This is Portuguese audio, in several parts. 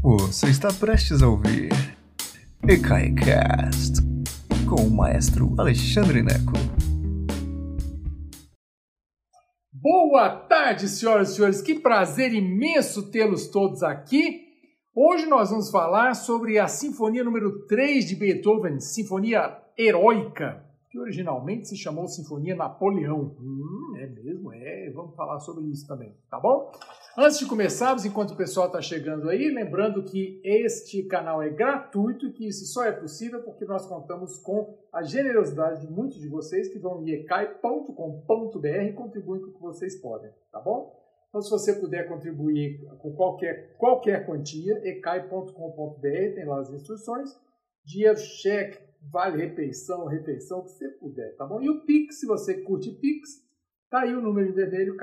Você está prestes a ouvir EKAICAST com o maestro Alexandre Neco. Boa tarde, senhoras e senhores. Que prazer imenso tê-los todos aqui. Hoje nós vamos falar sobre a Sinfonia número 3 de Beethoven, Sinfonia Heroica, que originalmente se chamou Sinfonia Napoleão. É mesmo? Vamos falar sobre isso também, tá bom? Antes de começarmos, enquanto o pessoal está chegando aí, lembrando que este canal é gratuito e que isso só é possível porque nós contamos com a generosidade de muitos de vocês que vão em ecai.com.br e contribuem com o que vocês podem, tá bom? Então, se você puder contribuir com qualquer quantia, ecai.com.br, tem lá as instruções, dinheiro, cheque, vale refeição, o que você puder, tá bom? E o Pix, se você curte Pix, tá aí o número em vermelho,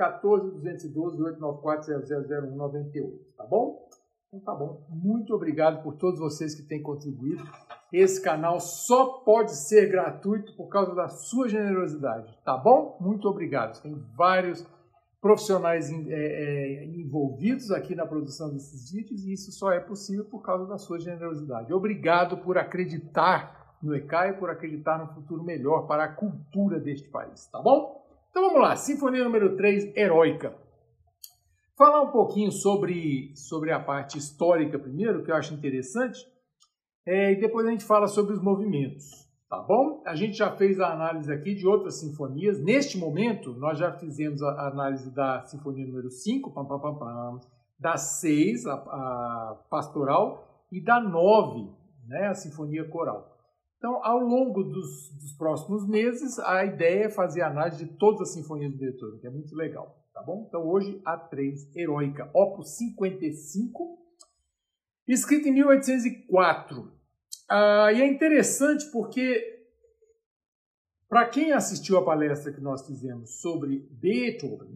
14.212.894.000198, tá bom? Então tá bom. Muito obrigado por todos vocês que têm contribuído. Esse canal só pode ser gratuito por causa da sua generosidade, tá bom? Muito obrigado. Tem vários profissionais envolvidos aqui na produção desses vídeos e isso só é possível por causa da sua generosidade. Obrigado por acreditar no EKAI, por acreditar no futuro melhor para a cultura deste país, tá bom? Então vamos lá, Sinfonia número 3, Heroica. Falar um pouquinho sobre a parte histórica primeiro, que eu acho interessante, e depois a gente fala sobre os movimentos, tá bom? A gente já fez a análise aqui de outras sinfonias. Neste momento, nós já fizemos a análise da Sinfonia número 5, da 6, a pastoral, e da 9, né, a Sinfonia coral. Então, ao longo dos próximos meses, a ideia é fazer a análise de todas as sinfonias do Beethoven, que é muito legal, tá bom? Então, hoje, a 3, Heroica, Opus 55, escrita em 1804. E é interessante porque, para quem assistiu a palestra que nós fizemos sobre Beethoven,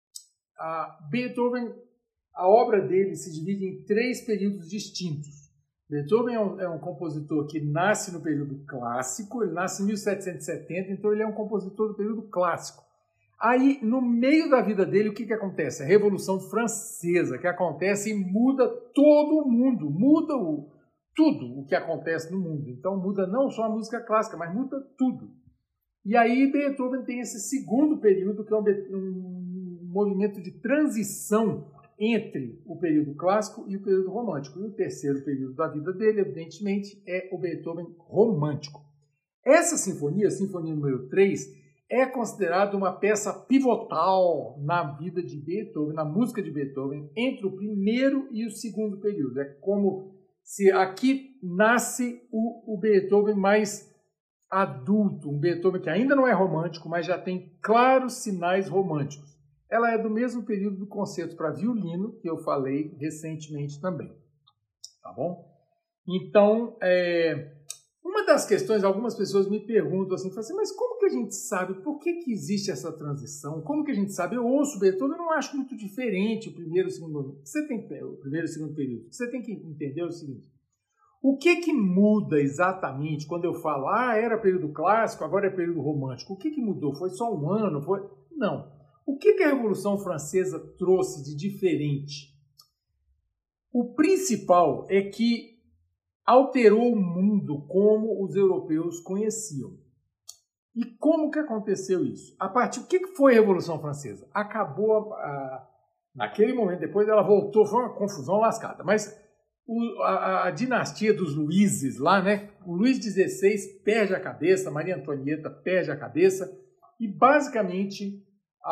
a obra dele se divide em 3 períodos distintos. Beethoven é um compositor que nasce no período clássico, ele nasce em 1770, então ele é um compositor do período clássico. Aí, no meio da vida dele, o que acontece? A Revolução Francesa, que acontece e muda todo o mundo, muda tudo o que acontece no mundo. Então muda não só a música clássica, mas muda tudo. E aí Beethoven tem esse segundo período, que é um movimento de transição entre o período clássico e o período romântico. E o terceiro período da vida dele, evidentemente, é o Beethoven romântico. Essa sinfonia, a Sinfonia número 3, é considerada uma peça pivotal na vida de Beethoven, na música de Beethoven, entre o primeiro e o segundo período. É como se aqui nasce o Beethoven mais adulto, um Beethoven que ainda não é romântico, mas já tem claros sinais românticos. Ela é do mesmo período do concerto para violino, que eu falei recentemente também. Tá bom? Então, uma das questões, algumas pessoas me perguntam assim, mas como que a gente sabe, por que existe essa transição? Como que a gente sabe? Eu ouço Beethoven, eu não acho muito diferente o primeiro e o segundo período. O primeiro e o segundo período. Você tem que entender o seguinte. O que muda exatamente quando eu falo, era período clássico, agora é período romântico? O que mudou? Foi só um ano? Não. O que a Revolução Francesa trouxe de diferente? O principal é que alterou o mundo como os europeus conheciam. E como que aconteceu isso? O que foi a Revolução Francesa? Acabou, naquele momento, depois ela voltou, foi uma confusão lascada, mas a dinastia dos Luíses lá, né? O Luís XVI perde a cabeça, Maria Antonieta perde a cabeça e basicamente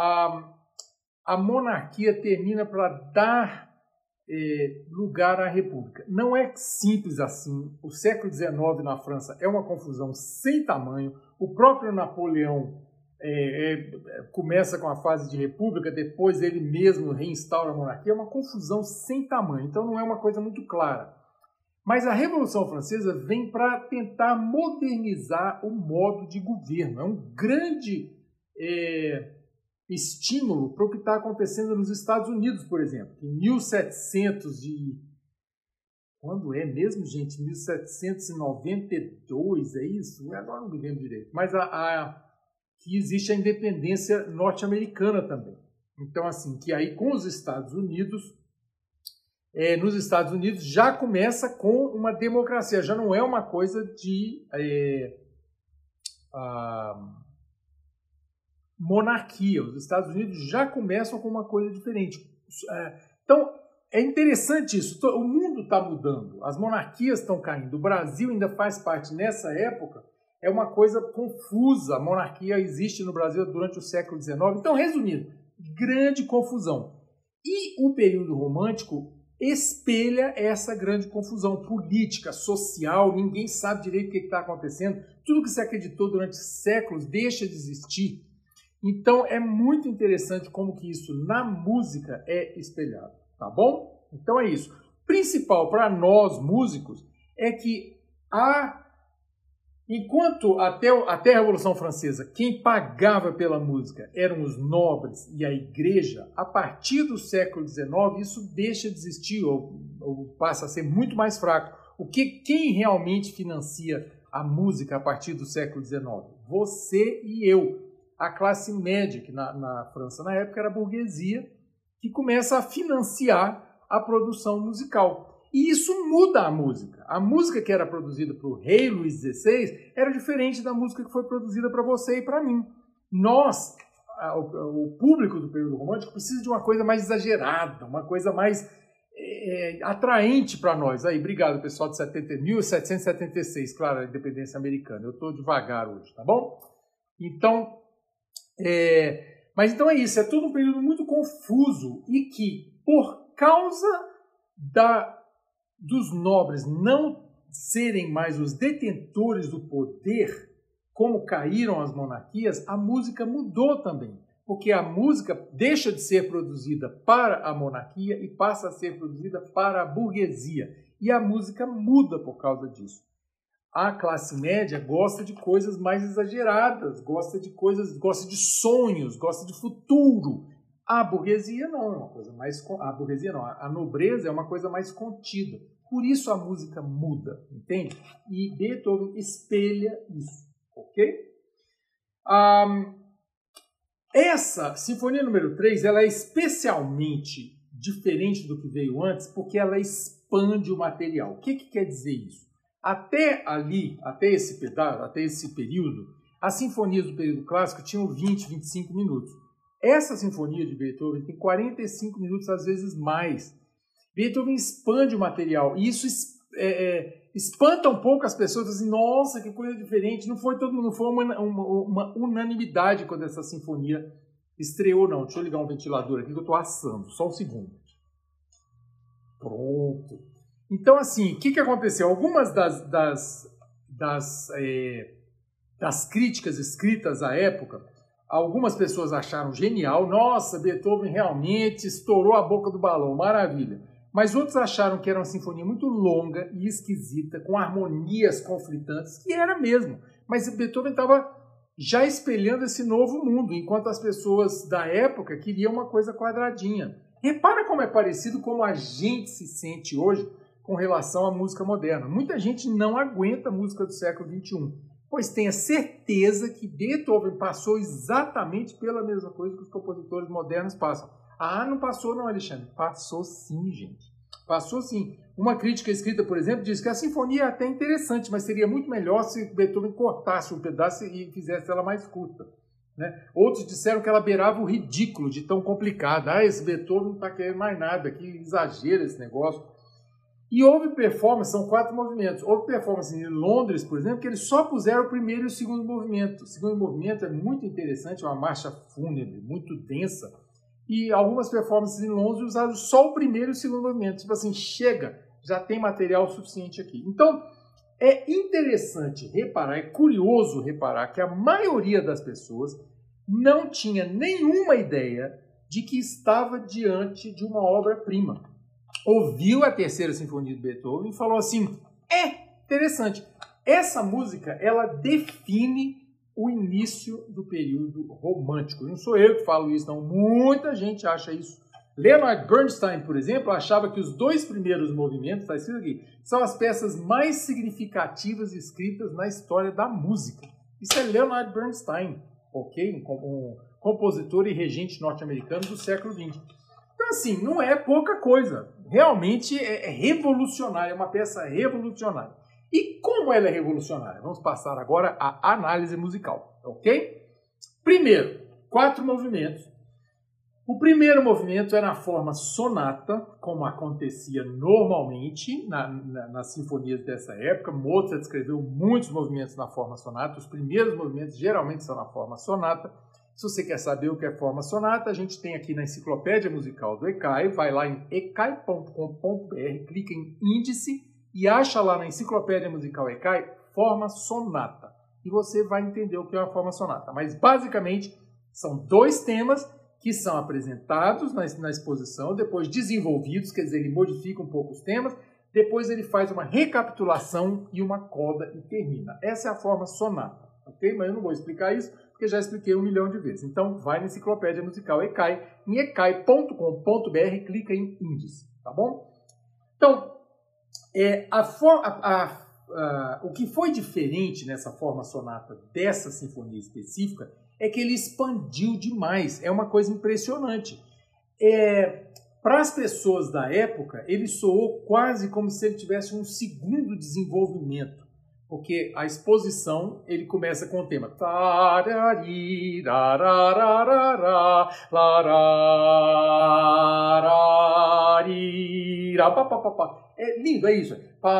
a monarquia termina para dar lugar à república. Não é simples assim. O século XIX na França é uma confusão sem tamanho. O próprio Napoleão começa com a fase de república, depois ele mesmo reinstaura a monarquia. É uma confusão sem tamanho. Então não é uma coisa muito clara. Mas a Revolução Francesa vem para tentar modernizar o modo de governo. É um grande estímulo para o que está acontecendo nos Estados Unidos, por exemplo. Em 1700 Quando é mesmo, gente? 1792, é isso? Agora não me lembro direito. Mas que existe a independência norte-americana também. Então, assim, que aí com os Estados Unidos nos Estados Unidos já começa com uma democracia, já não é uma coisa de monarquia. Os Estados Unidos já começam com uma coisa diferente. Então, é interessante isso. O mundo está mudando, as monarquias estão caindo. O Brasil ainda faz parte, nessa época, é uma coisa confusa. A monarquia existe no Brasil durante o século XIX. Então, resumindo, grande confusão. E o período romântico espelha essa grande confusão política, social, ninguém sabe direito o que está acontecendo. Tudo que se acreditou durante séculos deixa de existir. Então, é muito interessante como que isso na música é espelhado. Tá bom? Então é isso. O principal para nós músicos é que enquanto até a Revolução Francesa quem pagava pela música eram os nobres e a igreja, a partir do século XIX isso deixa de existir ou passa a ser muito mais fraco. Quem realmente financia a música a partir do século XIX? Você e eu. A classe média, que na França na época era a burguesia, que começa a financiar a produção musical. E isso muda a música. A música que era produzida para o rei Luís XVI era diferente da música que foi produzida para você e para mim. Nós, o público do período romântico, precisa de uma coisa mais exagerada, uma coisa mais atraente para nós. Aí, obrigado, pessoal de 1776, claro, a independência americana. Eu estou devagar hoje, tá bom? Então, mas então é isso, é todo um período muito confuso e que, por causa dos nobres não serem mais os detentores do poder, como caíram as monarquias, a música mudou também. Porque a música deixa de ser produzida para a monarquia e passa a ser produzida para a burguesia. E a música muda por causa disso. A classe média gosta de coisas mais exageradas, gosta de sonhos, gosta de futuro. A burguesia não, é uma coisa mais a nobreza é uma coisa mais contida. Por isso a música muda, entende? E Beethoven espelha isso, ok? Essa Sinfonia número 3, ela é especialmente diferente do que veio antes, porque ela expande o material. O que quer dizer isso? Até esse período, as sinfonias do período clássico tinham 20, 25 minutos. Essa sinfonia de Beethoven tem 45 minutos, às vezes mais. Beethoven expande o material e isso espanta um pouco as pessoas, assim, nossa, que coisa diferente. Não foi uma unanimidade quando essa sinfonia estreou, não. Deixa eu ligar um ventilador aqui que eu estou assando, só um segundo. Pronto. Então, assim, o que aconteceu? Algumas das críticas escritas à época, algumas pessoas acharam genial. Nossa, Beethoven realmente estourou a boca do balão, maravilha. Mas outros acharam que era uma sinfonia muito longa e esquisita, com harmonias conflitantes, que era mesmo. Mas Beethoven estava já espelhando esse novo mundo, enquanto as pessoas da época queriam uma coisa quadradinha. Repara como é parecido como a gente se sente hoje com relação à música moderna. Muita gente não aguenta a música do século XXI, pois tenha certeza que Beethoven passou exatamente pela mesma coisa que os compositores modernos passam. Ah, não passou não, Alexandre. Passou sim, gente. Passou sim. Uma crítica escrita, por exemplo, diz que a sinfonia é até interessante, mas seria muito melhor se Beethoven cortasse um pedaço e fizesse ela mais curta. Né? Outros disseram que ela beirava o ridículo de tão complicada. Ah, esse Beethoven não está querendo mais nada, que exagera esse negócio. E houve performance, são 4 movimentos. Houve performance em Londres, por exemplo, que eles só puseram o primeiro e o segundo movimento. O segundo movimento é muito interessante, é uma marcha fúnebre, muito densa. E algumas performances em Londres usaram só o primeiro e o segundo movimento. Tipo assim, chega, já tem material suficiente aqui. Então, é interessante reparar, é curioso reparar que a maioria das pessoas não tinha nenhuma ideia de que estava diante de uma obra-prima. Ouviu a terceira sinfonia de Beethoven e falou assim, interessante, essa música ela define o início do período romântico. Não sou eu que falo isso, não. Muita gente acha isso. Leonard Bernstein, por exemplo, achava que os 2 primeiros movimentos, está escrito aqui, são as peças mais significativas escritas na história da música. Isso é Leonard Bernstein, ok? Um compositor e regente norte-americano do século XX. Então Então, assim, não é pouca coisa. Realmente é revolucionária, é uma peça revolucionária. E como ela é revolucionária? Vamos passar agora à análise musical, ok? Primeiro, 4 movimentos. O primeiro movimento é na forma sonata, como acontecia normalmente nas sinfonias dessa época. Mozart escreveu muitos movimentos na forma sonata. Os primeiros movimentos geralmente são na forma sonata. Se você quer saber o que é forma sonata, a gente tem aqui na Enciclopédia Musical do ECAI, vai lá em ecai.com.br, clica em índice e acha lá na Enciclopédia Musical ECAI forma sonata. E você vai entender o que é uma forma sonata. Mas basicamente são 2 temas que são apresentados na exposição, depois desenvolvidos, quer dizer, ele modifica um pouco os temas, depois ele faz uma recapitulação e uma coda e termina. Essa é a forma sonata, ok? Mas eu não vou explicar isso, porque já expliquei 1 milhão de vezes. Então, vai na Enciclopédia Musical ECAI, em ecai.com.br, clica em índice, tá bom? Então, o que foi diferente nessa forma sonata dessa sinfonia específica é que ele expandiu demais. É uma coisa impressionante. Para as pessoas da época, ele soou quase como se ele tivesse um segundo desenvolvimento. Porque a exposição, ele começa com o tema. É lindo, é isso.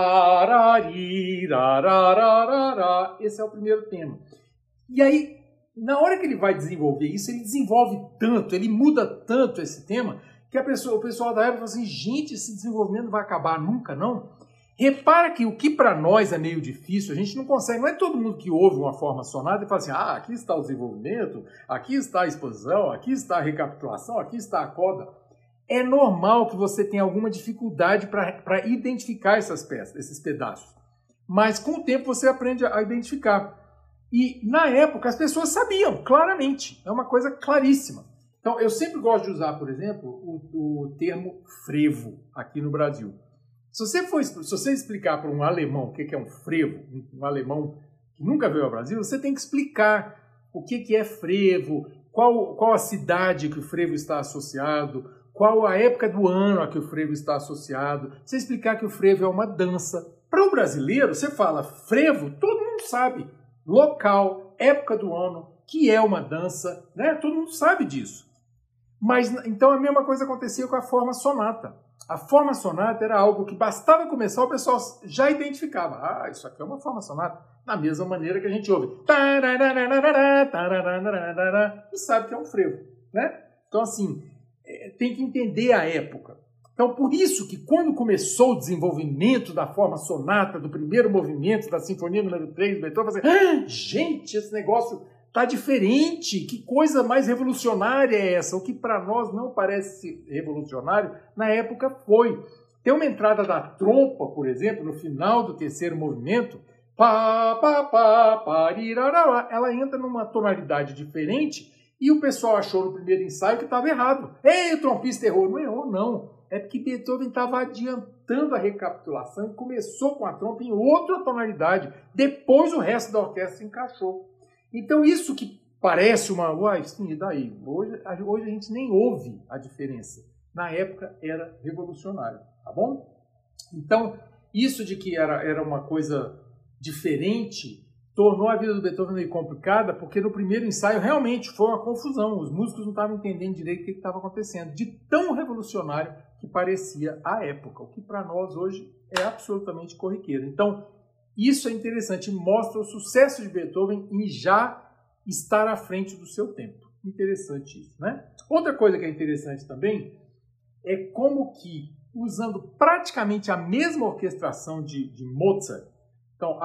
Esse é o primeiro tema. E aí, na hora que ele vai desenvolver isso, ele desenvolve tanto, ele muda tanto esse tema, que o pessoal da época fala assim, gente, esse desenvolvimento não vai acabar nunca, não? Repara que o que para nós é meio difícil, a gente não consegue, não é todo mundo que ouve uma forma sonata e fala assim, aqui está o desenvolvimento, aqui está a exposição, aqui está a recapitulação, aqui está a coda. É normal que você tenha alguma dificuldade para identificar essas peças, esses pedaços. Mas com o tempo você aprende a identificar. E na época as pessoas sabiam, claramente. É uma coisa claríssima. Então eu sempre gosto de usar, por exemplo, o termo frevo aqui no Brasil. Se você explicar para um alemão o que é um frevo, um alemão que nunca veio ao Brasil, você tem que explicar o que é frevo, qual a cidade que o frevo está associado, qual a época do ano a que o frevo está associado. Você explicar que o frevo é uma dança. Para o brasileiro, você fala frevo, todo mundo sabe. Local, época do ano, que é uma dança, né? Todo mundo sabe disso. Mas então a mesma coisa acontecia com a forma sonata. A forma sonata era algo que bastava começar, o pessoal já identificava. Isso aqui é uma forma sonata. Da mesma maneira que a gente ouve. E sabe que é um frevo, né? Então, assim, tem que entender a época. Então, por isso que quando começou o desenvolvimento da forma sonata, do primeiro movimento da Sinfonia número 3 do Beethoven, você, gente, esse negócio está diferente, que coisa mais revolucionária é essa? O que para nós não parece revolucionário, na época foi. Tem uma entrada da trompa, por exemplo, no final do terceiro movimento, ela entra numa tonalidade diferente e o pessoal achou no primeiro ensaio que estava errado. Ei, o trompista errou. Não errou, não. É porque Beethoven estava adiantando a recapitulação e começou com a trompa em outra tonalidade. Depois o resto da orquestra se encaixou. Então isso que parece uma... Uai, sim, e daí? Hoje a gente nem ouve a diferença. Na época era revolucionário, tá bom? Então, isso de que era uma coisa diferente tornou a vida do Beethoven meio complicada, porque no primeiro ensaio realmente foi uma confusão. Os músicos não estavam entendendo direito o que estava acontecendo, de tão revolucionário que parecia à época, o que para nós hoje é absolutamente corriqueiro. Então, isso é interessante, mostra o sucesso de Beethoven em já estar à frente do seu tempo. Interessante isso, né? Outra coisa que é interessante também é como que, usando praticamente a mesma orquestração de Mozart, então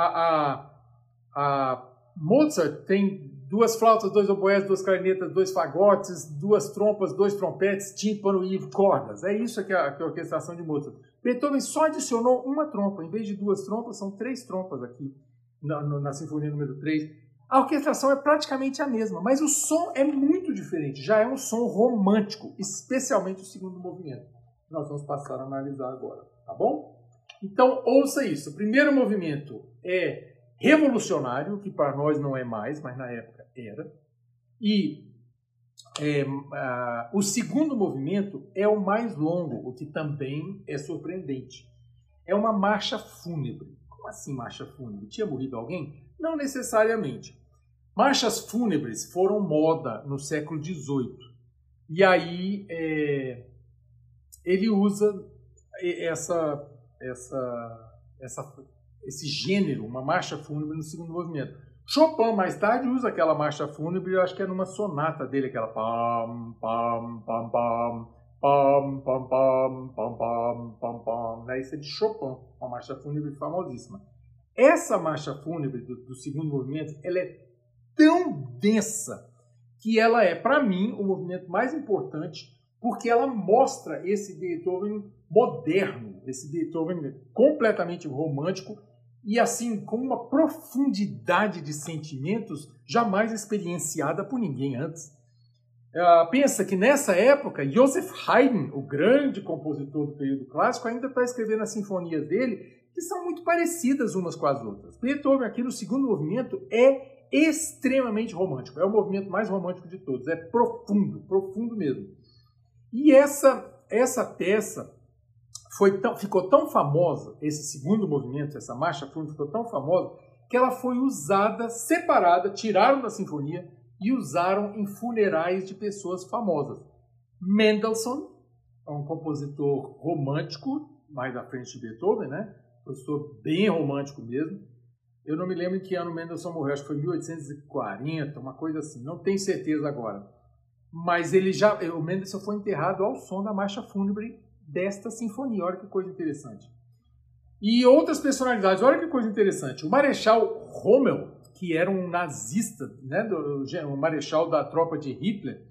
a Mozart tem 2 flautas, 2 oboés, 2 clarinetas, 2 fagotes, 2 trompas, 2 trompetes, tímpano e cordas. É isso que é a orquestração de Mozart. Beethoven só adicionou uma trompa. Em vez de 2 trompas, são 3 trompas aqui na Sinfonia número 3. A orquestração é praticamente a mesma, mas o som é muito diferente. Já é um som romântico, especialmente o segundo movimento. Nós vamos passar a analisar agora, tá bom? Então, ouça isso. O primeiro movimento é revolucionário, que para nós não é mais, mas na época era. E O segundo movimento é o mais longo, o que também é surpreendente. É uma marcha fúnebre. Como assim marcha fúnebre? Tinha morrido alguém? Não necessariamente. Marchas fúnebres foram moda no século XVIII. E aí ele usa esse gênero, uma marcha fúnebre no segundo movimento. Chopin, mais tarde, usa aquela marcha fúnebre, eu acho que é numa sonata dele, aquela pam, pam, pam, pam, pam, pam, pam, pam, pam, pam, pam. Isso é de Chopin, uma marcha fúnebre famosíssima. Essa marcha fúnebre do segundo movimento, ela é tão densa que ela é, para mim, o movimento mais importante, porque ela mostra esse Beethoven moderno, esse Beethoven completamente romântico e assim com uma profundidade de sentimentos jamais experienciada por ninguém antes. Pensa que nessa época, Joseph Haydn, o grande compositor do período clássico, ainda está escrevendo as sinfonias dele, que são muito parecidas umas com as outras. Beethoven aqui no segundo movimento é extremamente romântico, é o movimento mais romântico de todos, é profundo, profundo mesmo. E essa peça ficou tão famosa, esse segundo movimento, essa marcha fúnebre ficou tão famosa, que ela foi usada separada, tiraram da sinfonia e usaram em funerais de pessoas famosas. Mendelssohn é um compositor romântico, mais à frente de Beethoven, né? Compositor bem romântico mesmo. Eu não me lembro em que ano Mendelssohn morreu, acho que foi 1840, uma coisa assim, não tenho certeza agora. Mas o Mendelssohn foi enterrado ao som da marcha fúnebre desta sinfonia. Olha que coisa interessante. E outras personalidades, olha que coisa interessante. O Marechal Rommel, que era um nazista, né, o marechal da tropa de Hitler,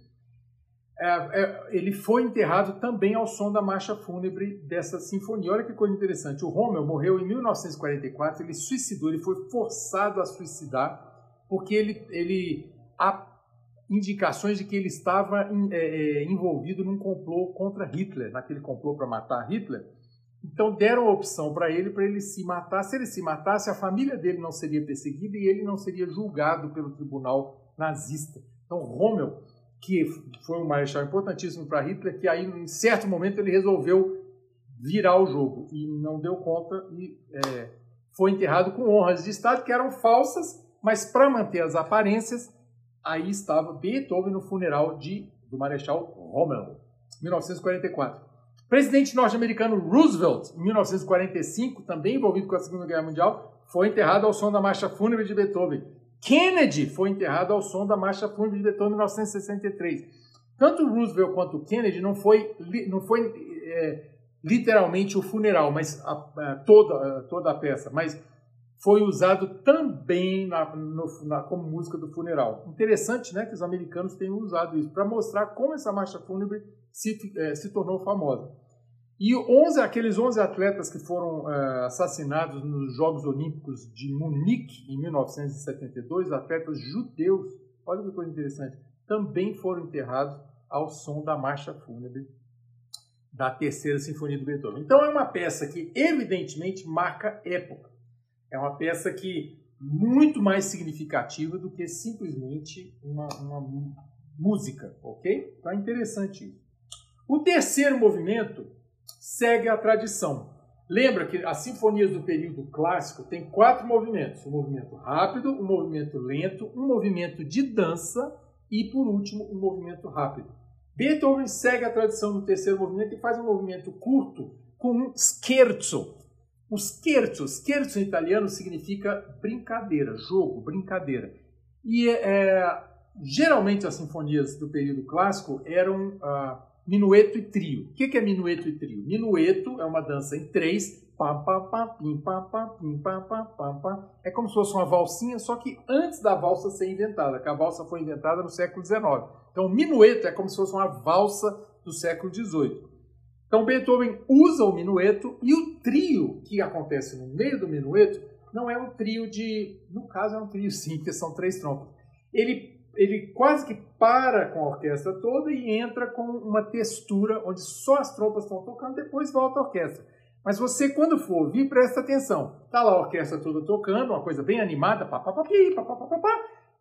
ele foi enterrado também ao som da marcha fúnebre dessa sinfonia. Olha que coisa interessante. O Rommel morreu em 1944, ele suicidou, ele foi forçado a suicidar, porque há indicações de que ele estava envolvido num complô contra Hitler, naquele complô para matar Hitler. Então deram a opção para ele se matar. Se ele se matasse, a família dele não seria perseguida e ele não seria julgado pelo tribunal nazista. Então Rommel, que foi um marechal importantíssimo para Hitler, que aí em certo momento ele resolveu virar o jogo e não deu conta e foi enterrado com honras de Estado que eram falsas, mas para manter as aparências, aí estava Beethoven no funeral do Marechal Rommel, 1944. Presidente norte-americano Roosevelt, em 1945, também envolvido com a Segunda Guerra Mundial, foi enterrado ao som da marcha fúnebre de Beethoven. Kennedy foi enterrado ao som da marcha fúnebre de Beethoven em 1963. Tanto Roosevelt quanto Kennedy não foi literalmente o funeral, mas toda a peça, mas foi usado também como música do funeral. Interessante, né, que os americanos tenham usado isso para mostrar como essa marcha fúnebre se tornou famosa. E aqueles 11 atletas que foram assassinados nos Jogos Olímpicos de Munique, em 1972, atletas judeus, olha que coisa interessante, também foram enterrados ao som da marcha fúnebre da Terceira Sinfonia do Beethoven. Então é uma peça que evidentemente marca época. É uma peça muito mais significativa do que simplesmente uma música, ok? Então é interessante isso. O terceiro movimento segue a tradição. Lembra que as sinfonias do período clássico têm 4 movimentos. Um movimento rápido, um movimento lento, um movimento de dança e, por último, um movimento rápido. Beethoven segue a tradição do terceiro movimento e faz um movimento curto com um scherzo. O scherzo em italiano significa brincadeira, jogo, brincadeira. E geralmente as sinfonias do período clássico eram minueto e trio. O que é minueto e trio? Minueto é uma dança em 3, pam, pam, pam, pim, pam, pam, pim, pam, pam, pam, pam. É como se fosse uma valsinha, só que antes da valsa ser inventada, que a valsa foi inventada no século XIX. Então, o minueto é como se fosse uma valsa do século XVIII. Então, Beethoven usa o minueto e o trio que acontece no meio do minueto não é um trio no caso é um trio sim, porque são 3 trompas. Ele quase que para com a orquestra toda e entra com uma textura onde só as trompas estão tocando, depois volta a orquestra. Mas você, quando for ouvir, presta atenção. Está lá a orquestra toda tocando, uma coisa bem animada,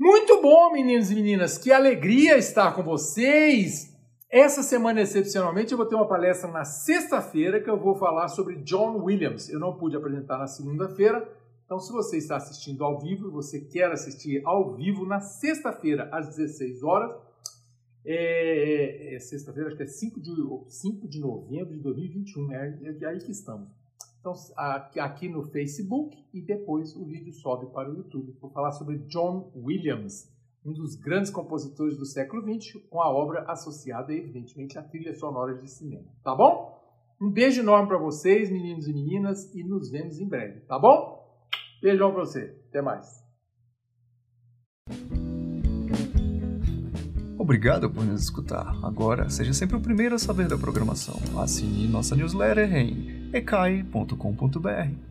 Muito bom, meninos e meninas, que alegria estar com vocês. Essa semana, excepcionalmente, eu vou ter uma palestra na sexta-feira que eu vou falar sobre John Williams. Eu não pude apresentar na segunda-feira, então se você está assistindo ao vivo e você quer assistir ao vivo na sexta-feira às 16 horas, sexta-feira, acho que é 5 de novembro de 2021, é aí que estamos. Então, aqui no Facebook e depois o vídeo sobe para o YouTube. Vou falar sobre John Williams, um dos grandes compositores do século XX, com a obra associada, evidentemente, à trilha sonora de cinema. Tá bom? Um beijo enorme para vocês, meninos e meninas, e nos vemos em breve, tá bom? Beijão para você. Até mais. Obrigado por nos escutar. Agora, seja sempre o primeiro a saber da programação. Assine nossa newsletter em ecai.com.br.